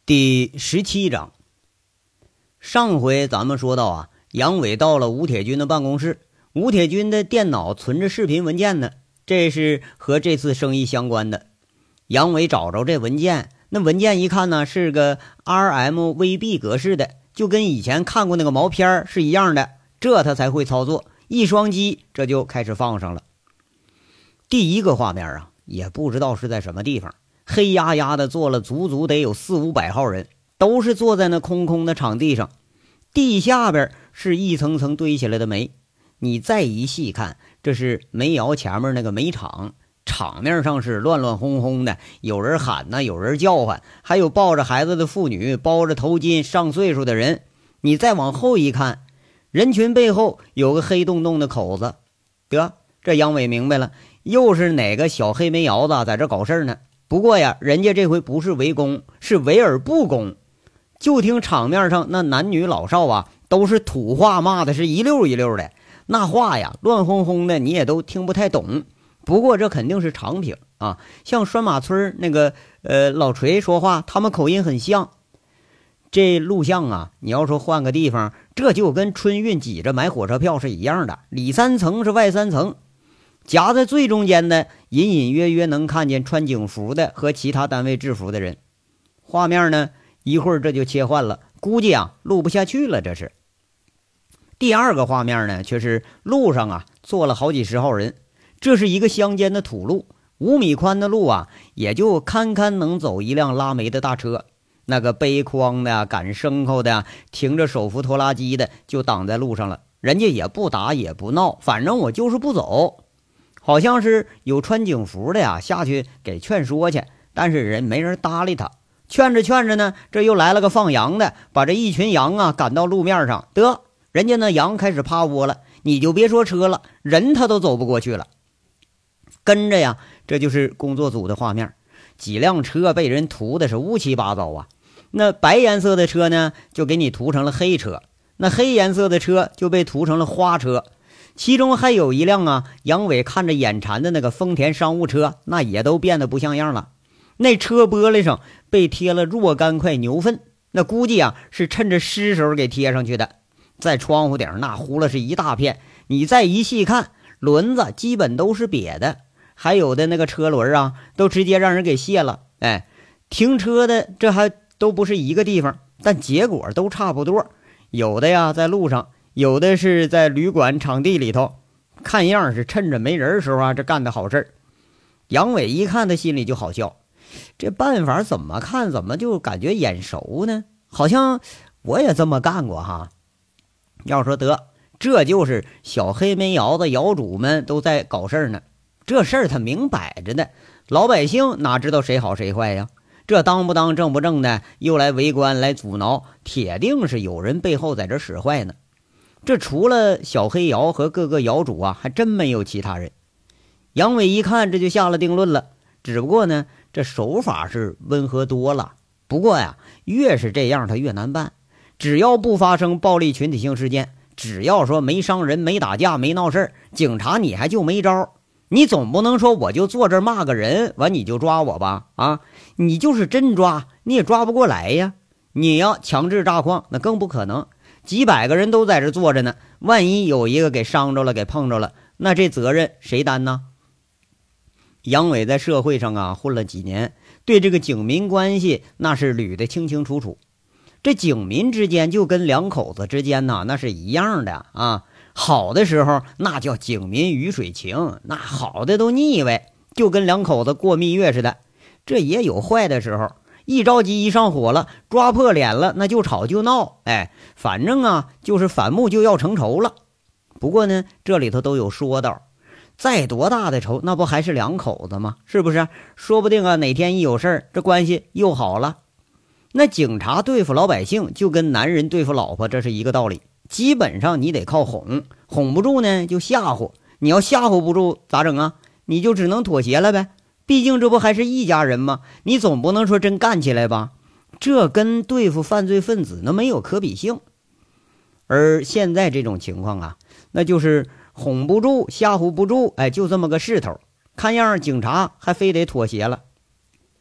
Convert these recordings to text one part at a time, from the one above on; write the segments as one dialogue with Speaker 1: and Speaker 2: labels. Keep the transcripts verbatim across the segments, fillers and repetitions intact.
Speaker 1: 第十七章，上回咱们说到啊，杨伟到了吴铁军的办公室，吴铁军的电脑存着视频文件呢，这是和这次生意相关的。杨伟找着这文件，那文件一看呢，是个 R M V B 格式的，就跟以前看过那个毛片是一样的，这他才会操作。一双击，这就开始放上了。第一个画面啊，也不知道是在什么地方，黑压压的坐了足足得有四五百号人，都是坐在那空空的场地上，地下边是一层层堆起来的煤。你再一细看，这是煤窑前面那个煤场，场面上是乱乱哄哄的，有人喊呢，有人叫唤，还有抱着孩子的妇女，包着头巾上岁数的人。你再往后一看，人群背后有个黑洞洞的口子，得，这杨伟明白了，又是哪个小黑煤窑子在这搞事呢。不过呀，人家这回不是围攻，是围而不攻。就听场面上那男女老少啊，都是土话骂的是一溜一溜的，那话呀乱哄哄的，你也都听不太懂。不过这肯定是常平啊，像拴马村那个呃老锤说话，他们口音很像。这录像啊，你要说换个地方，这就跟春运挤着买火车票是一样的，里三层是外三层。夹在最中间的，隐隐约约能看见穿警服的和其他单位制服的人。画面呢，一会儿这就切换了，估计啊录不下去了。这是第二个画面呢，却是路上啊坐了好几十号人。这是一个乡间的土路，五米宽的路啊，也就堪堪能走一辆拉煤的大车。那个背筐的、赶牲口的、停着手扶拖拉机的，就挡在路上了。人家也不打也不闹，反正我就是不走。好像是有穿警服的呀，下去给劝说去，但是人没人搭理他。劝着劝着呢，这又来了个放羊的，把这一群羊啊赶到路面上，得，人家那羊开始趴窝了，你就别说车了，人他都走不过去了。跟着呀，这就是工作组的画面，几辆车被人涂的是乌七八糟啊。那白颜色的车呢，就给你涂成了黑车，那黑颜色的车就被涂成了花车。其中还有一辆啊，杨伟看着眼馋的那个丰田商务车，那也都变得不像样了。那车玻璃上被贴了若干块牛粪，那估计啊是趁着湿手给贴上去的。在窗户顶那糊了是一大片，你再一细看，轮子基本都是瘪的，还有的那个车轮啊都直接让人给卸了。哎，停车的这还都不是一个地方，但结果都差不多。有的呀在路上，有的是在旅馆场地里头，看样是趁着没人的时候啊，这干的好事。杨伟一看他心里就好笑，这办法怎么看怎么就感觉眼熟呢？好像我也这么干过哈。要说得，这就是小黑煤窑的窑主们都在搞事呢。这事儿他明摆着的，老百姓哪知道谁好谁坏呀？这当不当正不正的，又来围观来阻挠，铁定是有人背后在这使坏呢。这除了小黑窑和各个窑主啊，还真没有其他人。杨伟一看这就下了定论了，只不过呢这手法是温和多了。不过呀，越是这样他越难办。只要不发生暴力群体性事件，只要说没伤人没打架没闹事，警察你还就没招。你总不能说我就坐这儿骂个人完你就抓我吧？啊，你就是真抓你也抓不过来呀。你要强制炸矿那更不可能，几百个人都在这坐着呢，万一有一个给伤着了给碰着了，那这责任谁担呢？杨伟在社会上啊混了几年，对这个警民关系那是捋得清清楚楚。这警民之间就跟两口子之间呢那是一样的啊，好的时候那叫警民鱼水情，那好的都腻歪，就跟两口子过蜜月似的。这也有坏的时候，一着急一上火了，抓破脸了，那就吵就闹，哎，反正啊就是反目就要成仇了。不过呢，这里头都有说道，再多大的仇那不还是两口子吗？是不是？说不定啊哪天一有事儿，这关系又好了。那警察对付老百姓就跟男人对付老婆这是一个道理，基本上你得靠哄，哄不住呢就吓唬，你要吓唬不住咋整啊？你就只能妥协了呗，毕竟这不还是一家人吗？你总不能说真干起来吧？这跟对付犯罪分子那没有可比性。而现在这种情况啊，那就是哄不住吓唬不住，哎，就这么个势头。看样警察还非得妥协了。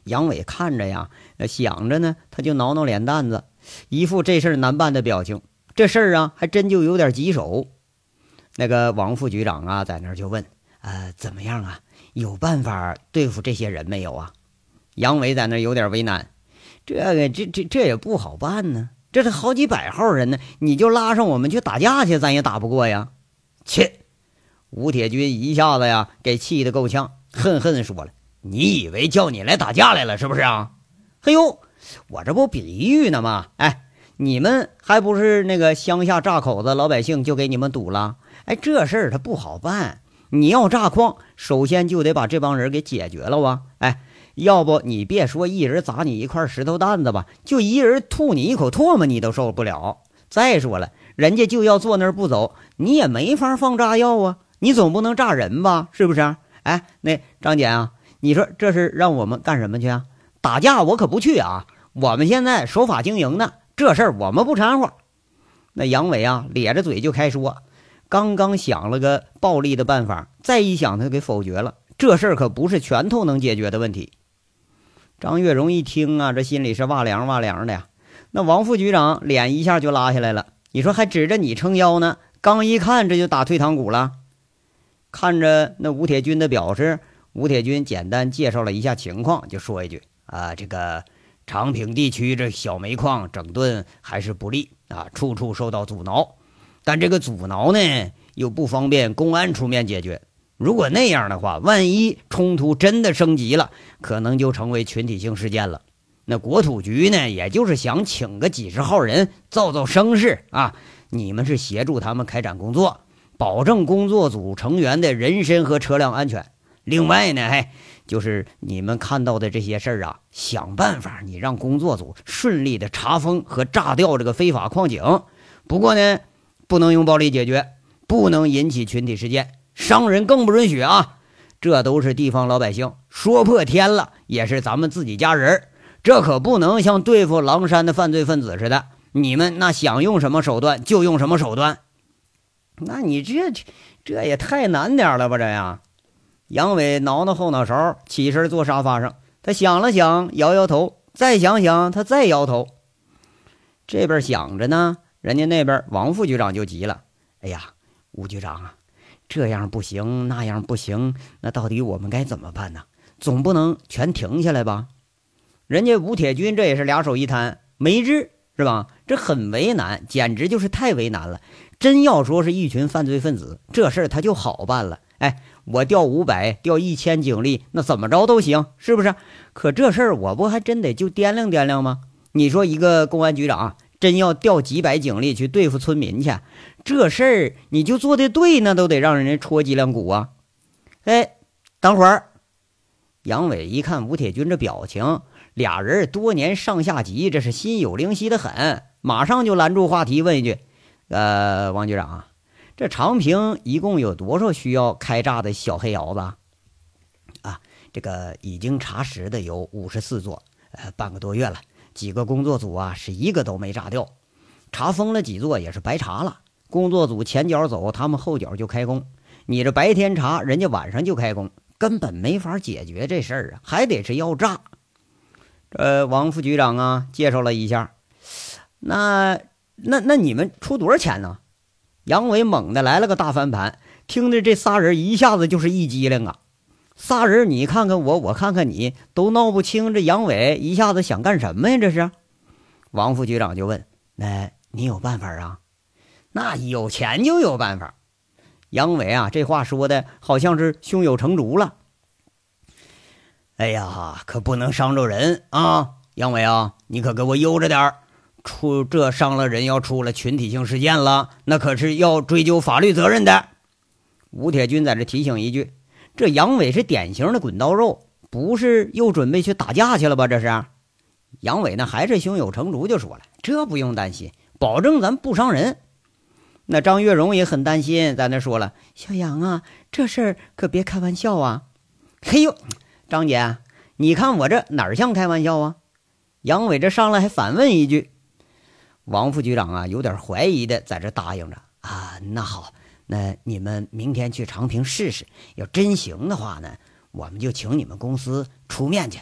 Speaker 1: 杨伟看着呀，想着呢，他就挠挠脸蛋子，一副这事儿难办的表情。这事儿啊，还真就有点棘手。那个王副局长啊，在那儿就问：“呃，怎么样啊？有办法对付这些人没有啊？”杨伟在那儿有点为难，这个这这这也不好办呢。这是好几百号人呢，你就拉上我们去打架去，咱也打不过呀。切！吴铁军一下子呀，给气得够呛，恨恨说了：“你以为叫你来打架来了是不是啊？嘿呦，我这不比喻呢吗？哎，你们还不是那个乡下炸口子，老百姓就给你们堵了。哎，这事儿它不好办，你要炸矿，首先就得把这帮人给解决了啊！哎，要不你别说一人砸你一块石头蛋子吧，就一人吐你一口唾沫，你都受不了。再说了，人家就要坐那儿不走，你也没法放炸药啊，你总不能炸人吧？是不是？哎，那张姐啊，你说这是让我们干什么去啊？打架我可不去啊！我们现在守法经营呢，这事儿我们不掺和。”那杨伟啊，咧着嘴就开说，刚刚想了个暴力的办法，再一想他给否决了。这事儿可不是拳头能解决的问题。张月荣一听啊，这心里是哇凉哇凉的呀。那王副局长脸一下就拉下来了，你说还指着你撑腰呢，刚一看这就打退堂鼓了。看着那吴铁军的表示，吴铁军简单介绍了一下情况，就说一句啊，这个长平地区这小煤矿整顿还是不利啊，处处受到阻挠，但这个阻挠呢又不方便公安出面解决。如果那样的话，万一冲突真的升级了，可能就成为群体性事件了。那国土局呢，也就是想请个几十号人造造声势啊，你们是协助他们开展工作，保证工作组成员的人身和车辆安全。另外呢，嘿，就是你们看到的这些事儿啊，想办法你让工作组顺利的查封和炸掉这个非法矿井。不过呢，不能用暴力解决，不能引起群体事件，伤人更不允许啊！这都是地方老百姓，说破天了也是咱们自己家人，这可不能像对付狼山的犯罪分子似的，你们那想用什么手段就用什么手段。那你这这也太难点了吧这样。杨伟挠挠后脑勺，起身坐沙发上，他想了想，摇摇头，再想想，他再摇头。这边想着呢，人家那边王副局长就急了：“哎呀，吴局长啊，这样不行，那样不行，那到底我们该怎么办呢？总不能全停下来吧？”人家吴铁军这也是俩手一摊，没治是吧？这很为难，简直就是太为难了。真要说是一群犯罪分子，这事儿他就好办了。哎，我调五百，调一千警力，那怎么着都行，是不是？可这事儿我不还真得就掂量掂量吗？你说一个公安局长真要调几百警力去对付村民去，这事儿你就做的对，那都得让人家戳脊梁骨啊！哎，等会儿，杨伟一看吴铁军这表情，俩人多年上下级，这是心有灵犀的很，马上就拦住话题问一句：“呃，王局长啊，这长平一共有多少需要开炸的小黑窑子啊？”啊，这个已经查实的有五十四座，呃，半个多月了，几个工作组啊是一个都没炸掉，查封了几座也是白查了。工作组前脚走，他们后脚就开工。你这白天查，人家晚上就开工，根本没法解决这事儿啊，还得是要炸。呃，王副局长啊，介绍了一下，那那那你们出多少钱呢？杨伟猛地来了个大翻盘，听着这仨人一下子就是一激灵啊！仨人你看看我，我看看你，都闹不清这杨伟一下子想干什么呀？这是。王副局长就问：“那你有办法啊？”那有钱就有办法。杨伟啊，这话说的好像是胸有成竹了。哎呀，可不能伤着人啊！杨伟啊，你可给我悠着点儿，出这伤了人要出了群体性事件了，那可是要追究法律责任的。吴铁军在这提醒一句，这杨伟是典型的滚刀肉，不是又准备去打架去了吧？这是。杨伟呢还是胸有成竹就说了，这不用担心，保证咱不伤人。那张月荣也很担心，在那说了：“小杨啊，这事儿可别开玩笑啊！”嘿呦，张姐，你看我这哪儿像开玩笑啊？杨伟这上来还反问一句。王副局长啊，有点怀疑的在这答应着啊，那好，那你们明天去长平试试，要真行的话呢，我们就请你们公司出面去。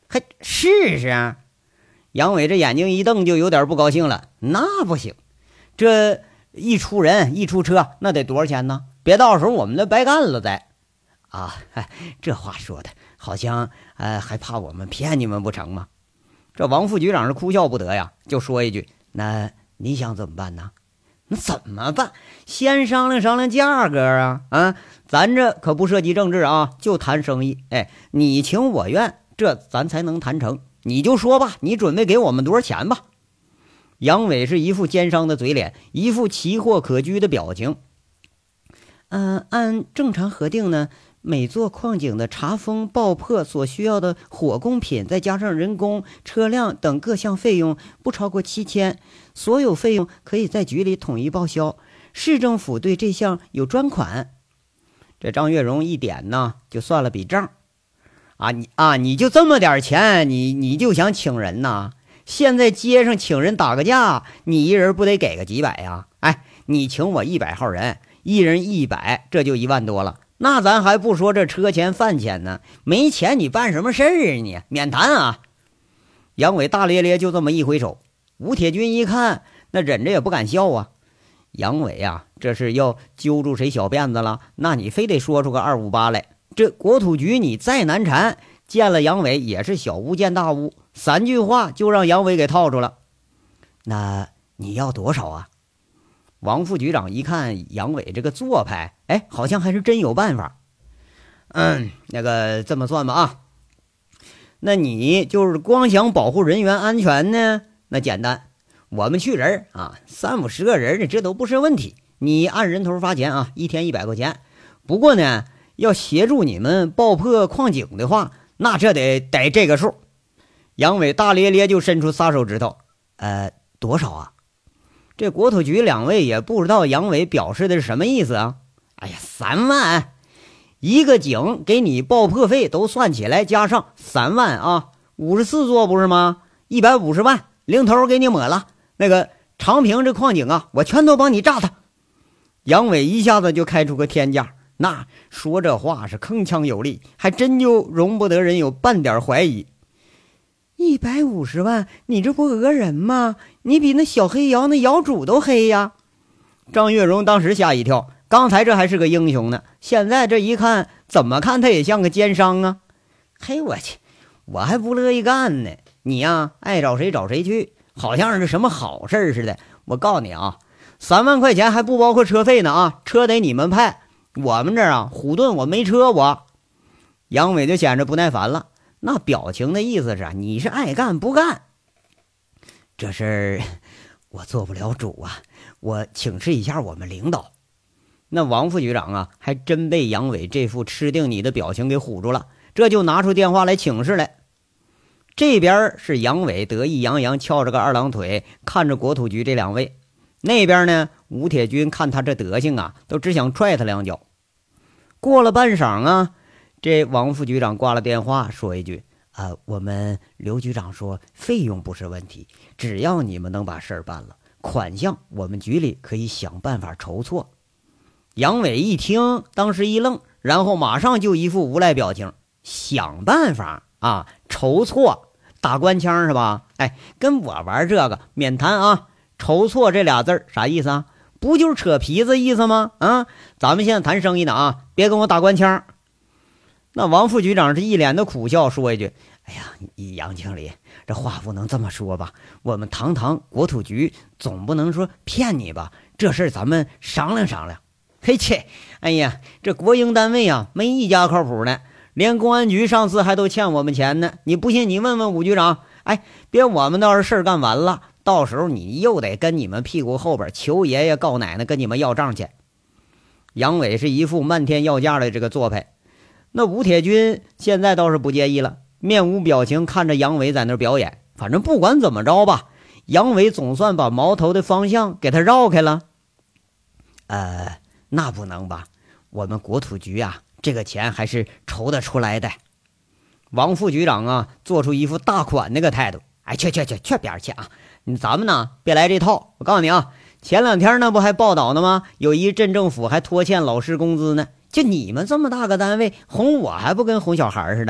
Speaker 1: 还试试啊？杨伟这眼睛一瞪，就有点不高兴了。那不行，这一出人一出车，那得多少钱呢？别到时候我们那白干了再。啊，这话说的好像呃还怕我们骗你们不成吗？这王副局长是哭笑不得呀，就说一句：那你想怎么办呢？那怎么办？先商量商量价格啊！啊，咱这可不涉及政治啊，就谈生意。哎，你情我愿，这咱才能谈成。你就说吧，你准备给我们多少钱吧？杨伟是一副奸商的嘴脸，一副奇货可居的表情。嗯、呃，按正常核定呢，每座矿井的查封、爆破所需要的火供品，再加上人工、车辆等各项费用，不超过七千。所有费用可以在局里统一报销，市政府对这项有专款。这张月荣一点呢，就算了笔账。啊，你啊，你就这么点钱，你你就想请人呐？现在街上请人打个架，你一人不得给个几百呀？哎，你请我一百号人，一人一百，这就一万多了。那咱还不说这车钱饭钱呢，没钱你办什么事儿啊你？免谈啊！杨伟大咧咧就这么一挥手，吴铁军一看，那忍着也不敢笑啊。杨伟啊，这是要揪住谁小辫子了？那你非得说出个二五八来。这国土局你再难缠，见了杨伟也是小巫见大巫，三句话就让杨伟给套住了。那你要多少啊？王副局长一看杨伟这个做派，哎，好像还是真有办法。嗯，那个这么算吧啊，那你就是光想保护人员安全呢，那简单，我们去人啊，三五十个人呢，这都不是问题。你按人头发钱啊，一天一百块钱。不过呢，要协助你们爆破矿井的话，那这得得这个数。杨伟大咧咧就伸出仨手指头，呃，多少啊？这国土局两位也不知道杨伟表示的是什么意思啊？哎呀，三万，一个井给你爆破费都算起来，加上三万啊，五十四座不是吗？一百五十万，零头给你抹了。那个长平这矿井啊，我全都帮你炸它。杨伟一下子就开出个天价。那说这话是铿锵有力，还真就容不得人有半点怀疑。一百五十万，你这不讹人吗？你比那小黑窑那窑主都黑呀！张月荣当时吓一跳，刚才这还是个英雄呢，现在这一看，怎么看他也像个奸商啊！嘿，我去，我还不乐意干呢。你呀，爱找谁找谁去，好像是什么好事似的。我告诉你啊，三万块钱还不包括车费呢啊，车得你们派。我们这儿啊，虎盾我没车我。杨伟就显着不耐烦了，那表情的意思是啊，你是爱干不干。这事儿我做不了主啊，我请示一下我们领导。那王副局长啊，还真被杨伟这副吃定你的表情给唬住了，这就拿出电话来请示来。这边是杨伟得意洋洋翘着个二郎腿看着国土局这两位，那边呢，吴铁军看他这德行啊，都只想踹他两脚。过了半晌啊，这王副局长挂了电话，说一句啊、呃，我们刘局长说费用不是问题，只要你们能把事儿办了，款项我们局里可以想办法筹措。杨伟一听，当时一愣，然后马上就一副无赖表情，想办法啊，筹措，打官腔是吧？哎，跟我玩这个免谈啊！筹措这俩字儿啥意思啊？不就是扯皮子意思吗？啊，咱们现在谈生意呢啊，别跟我打官腔。那王副局长是一脸的苦笑，说一句：“哎呀，杨经理，这话不能这么说吧？我们堂堂国土局总不能说骗你吧？这事儿咱们商量商量。”嘿切，哎呀，这国营单位啊，没一家靠谱的，连公安局上次还都欠我们钱呢。你不信，你问问吴局长。哎，别我们倒是事儿干完了，到时候你又得跟你们屁股后边求爷爷告奶奶跟你们要账去。杨伟是一副漫天要价的这个做派。那吴铁军现在倒是不介意了，面无表情看着杨伟在那表演。反正不管怎么着吧，杨伟总算把矛头的方向给他绕开了。呃，那不能吧，我们国土局啊，这个钱还是筹得出来的。王副局长啊，做出一副大款那个态度。哎，去去去，去边去啊！你咱们呢，别来这套。我告诉你啊，前两天那不还报道呢吗？有一镇政府还拖欠老师工资呢。就你们这么大个单位，哄我还不跟哄小孩似的？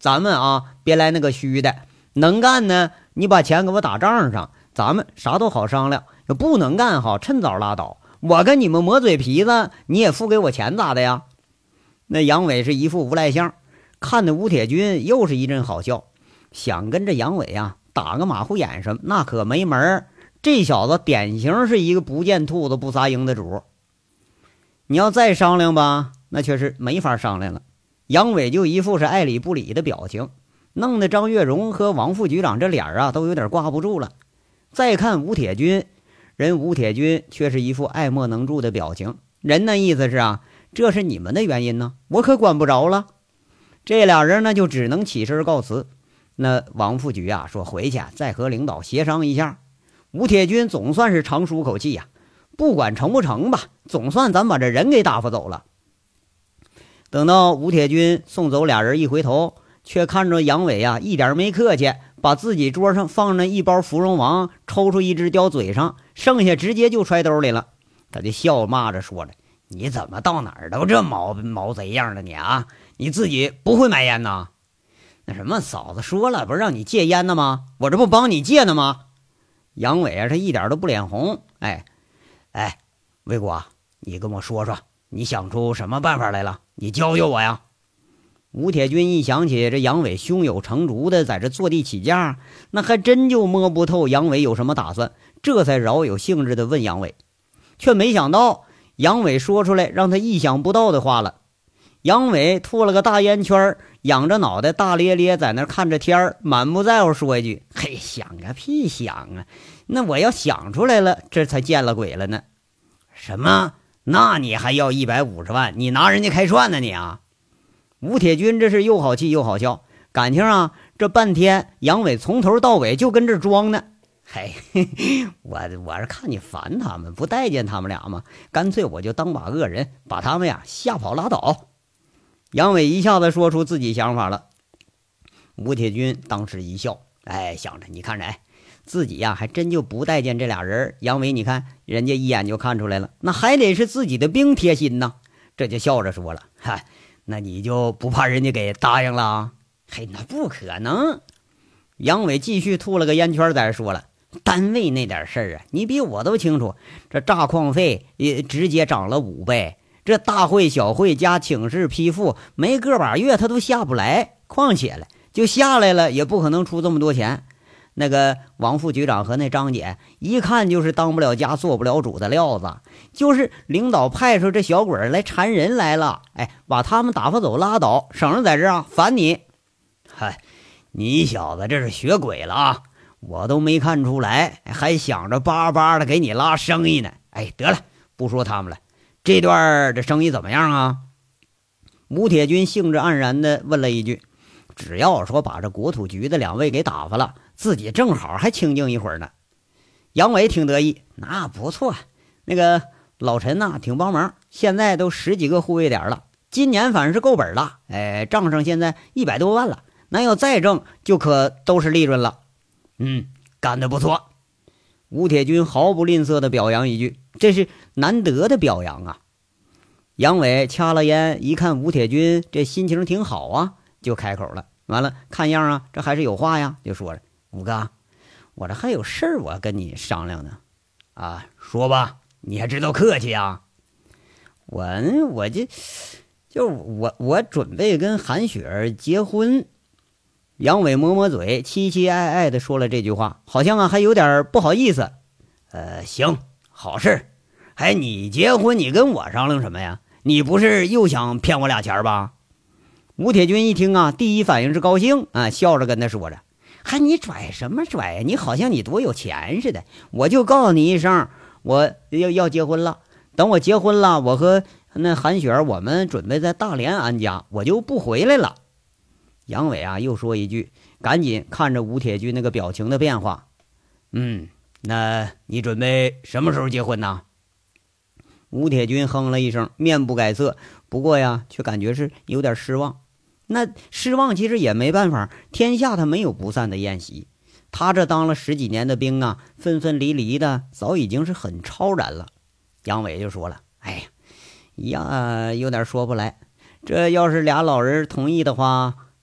Speaker 1: 咱们啊别来那个虚的，能干呢你把钱给我打账上，咱们啥都好商量。不能干好趁早拉倒，我跟你们磨嘴皮子，你也付给我钱咋的呀？那杨伟是一副无赖相，看的吴铁军又是一阵好笑，想跟这杨伟啊打个马虎眼什么，那可没门儿。这小子典型是一个不见兔子不撒鹰的主。你要再商量吧，那却是没法商量了。杨伟就一副是爱理不理的表情，弄得张月荣和王副局长这脸啊都有点挂不住了。再看吴铁军，人吴铁军却是一副爱莫能助的表情，人那意思是啊，这是你们的原因呢，我可管不着了。这俩人呢就只能起身告辞。那王副局啊说回去再和领导协商一下。吴铁军总算是长舒口气呀、啊，不管成不成吧，总算咱把这人给打发走了。等到吴铁军送走俩人，一回头却看着杨伟啊一点没客气，把自己桌上放着一包芙蓉王抽出一只叼嘴上，剩下直接就揣兜里了。他就笑骂着说着，你怎么到哪儿都这毛毛贼样的你啊？你自己不会买烟呐？那什么，嫂子说了不是让你戒烟的吗？我这不帮你戒呢吗？杨伟啊他一点都不脸红。哎哎，魏国，你跟我说说，你想出什么办法来了？你教教我呀。吴铁军一想起这杨伟胸有成竹的在这坐地起价，那还真就摸不透杨伟有什么打算，这才饶有兴致的问杨伟。却没想到杨伟说出来让他意想不到的话了。杨伟吐了个大烟圈，仰着脑袋大咧咧在那看着天儿，满不在乎说一句，嘿，想个屁想啊，那我要想出来了，这才见了鬼了呢。什么？那你还要一百五十万？你拿人家开涮呢你啊？吴铁军这是又好气又好笑，感情啊这半天杨伟从头到尾就跟这装呢。嘿，嘿嘿，我我是看你烦他们，不待见他们俩吗？干脆我就当把恶人，把他们呀吓跑拉倒。杨伟一下子说出自己想法了。吴铁军当时一笑，哎，想着你看着，哎，自己呀还真就不待见这俩人。杨伟你看人家一眼就看出来了，那还得是自己的兵贴心呢。这就笑着说了，嗨，那你就不怕人家给答应了啊？嘿，那不可能。杨伟继续吐了个烟圈，再说了，单位那点事儿啊，你比我都清楚。这榨矿费也直接涨了五倍，这大会小会加请示批复，没个把月他都下不来。况且了，就下来了也不可能出这么多钱。那个王副局长和那张姐一看就是当不了家做不了主的料子，就是领导派出这小鬼来缠人来了，哎，把他们打发走拉倒，省着在这啊烦你。嗨，你小子这是学鬼了啊！我都没看出来，还想着巴巴的给你拉生意呢。哎，得了，不说他们了，这段这生意怎么样啊？吴铁军兴致盎然的问了一句。只要说把这国土局的两位给打发了，自己正好还清静一会儿呢。杨伟挺得意，那不错，那个老陈呐、啊、挺帮忙，现在都十几个护卫点了，今年反正是够本了，哎，账上现在一百多万了，那要再挣就可都是利润了。嗯，干得不错。吴铁军毫不吝啬的表扬一句，这是难得的表扬啊。杨伟掐了烟，一看吴铁军这心情挺好啊，就开口了。完了，看样啊，这还是有话呀，就说了，吴哥，我这还有事儿，我跟你商量呢。啊，说吧，你还知道客气啊？我我这就我我准备跟韩雪结婚。杨伟抹抹嘴，期期艾艾的说了这句话，好像啊还有点不好意思。呃，行，好事。哎，你结婚你跟我商量什么呀？你不是又想骗我俩钱吧？吴铁军一听啊，第一反应是高兴啊，笑着跟他说着，还你拽什么拽呀？你好像你多有钱似的。我就告诉你一声，我要要结婚了。等我结婚了，我和那韩雪我们准备在大连安家，我就不回来了。杨伟啊又说一句，赶紧看着吴铁军那个表情的变化。嗯，那你准备什么时候结婚呢？吴铁军哼了一声，面不改色，不过呀却感觉是有点失望。那失望其实也没办法，天下他没有不散的宴席。他这当了十几年的兵啊，分分离离的早已经是很超然了。杨伟就说了，哎呀呀，有点说不来，这要是俩老人同意的话，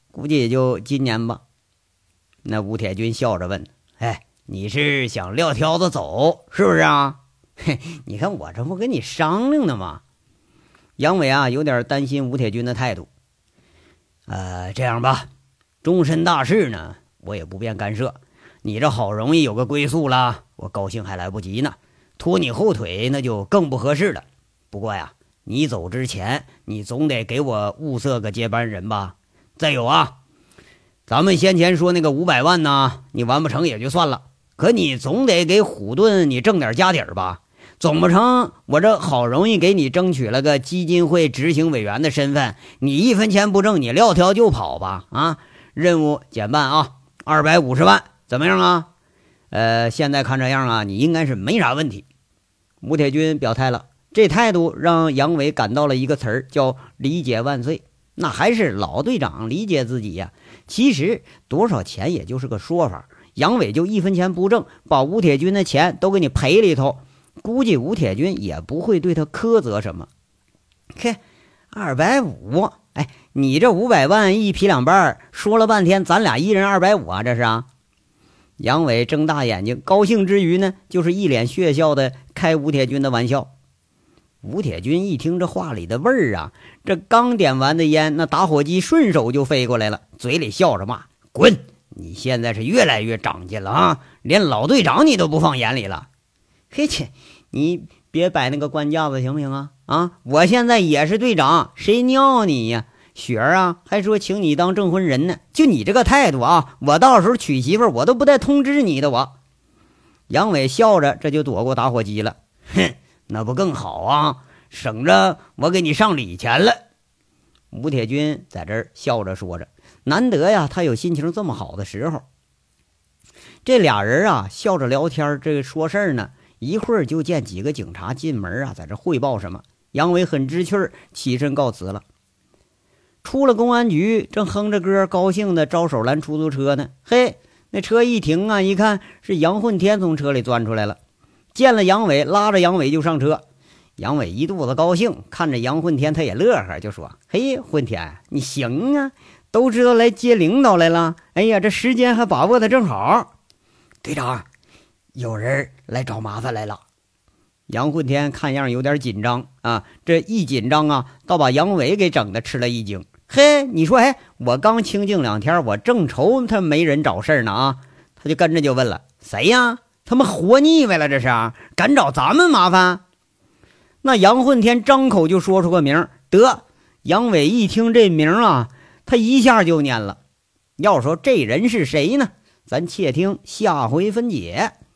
Speaker 1: 估计也就今年吧。那吴铁军笑着问：哎，你是想撂挑子走是不是啊？嘿，你看我这不跟你商量呢吗？杨伟啊有点担心吴铁军的态度。呃，这样吧，终身大事呢我也不便干涉，你这好容易有个归宿了，我高兴还来不及呢，拖你后腿那就更不合适了。不过呀，你走之前你总得给我物色个接班人吧。再有啊，咱们先前说那个五百万呢，你完不成也就算了，可你总得给虎盾你挣点家底儿吧。总不成我这好容易给你争取了个基金会执行委员的身份，你一分钱不挣你撂挑就跑吧？啊，任务减半啊，二百五十万怎么样啊？呃，现在看这样啊，你应该是没啥问题。吴铁军表态了，这态度让杨伟感到了一个词儿，叫理解万岁。那还是老队长理解自己呀、啊。其实多少钱也就是个说法，杨伟就一分钱不挣，把吴铁军的钱都给你赔里头，估计吴铁军也不会对他苛责什么。嘿，二百五，哎，你这五百万一劈两半，说了半天咱俩一人二百五啊，这是啊。杨伟睁大眼睛，高兴之余呢，就是一脸血笑的开吴铁军的玩笑。吴铁军一听这话里的味儿啊，这刚点完的烟，那打火机顺手就飞过来了，嘴里笑着骂：滚！你现在是越来越长进了啊，连老队长你都不放眼里了。嘿切，你别摆那个官架子行不行啊？啊，我现在也是队长，谁尿你呀？雪儿啊，还说请你当证婚人呢，就你这个态度啊，我到时候娶媳妇我都不带通知你的我。杨伟笑着这就躲过打火机了，哼，那不更好啊，省着我给你上礼钱了。吴铁军在这儿笑着说着，难得呀他有心情这么好的时候。这俩人啊笑着聊天，这个说事儿呢，一会儿就见几个警察进门啊，在这汇报什么。杨伟很知趣儿，起身告辞了。出了公安局，正哼着歌高兴的招手拦出租车呢。嘿，那车一停啊，一看是杨混天从车里钻出来了，见了杨伟，拉着杨伟就上车。杨伟一肚子高兴，看着杨混天他也乐呵，就说：嘿，混天你行啊，都知道来接领导来了，哎呀，这时间还把握的正好。队长，有人来找麻烦来了。杨混天看样有点紧张啊，这一紧张啊，倒把杨伟给整的吃了一惊。嘿，你说，哎，我刚清静两天，我正愁他没人找事儿呢啊，他就跟着就问了：谁呀？他们活腻歪了，这是敢找咱们麻烦？那杨混天张口就说出个名，得，杨伟一听这名啊，他一下就蔫了。要说这人是谁呢？咱且听下回分解。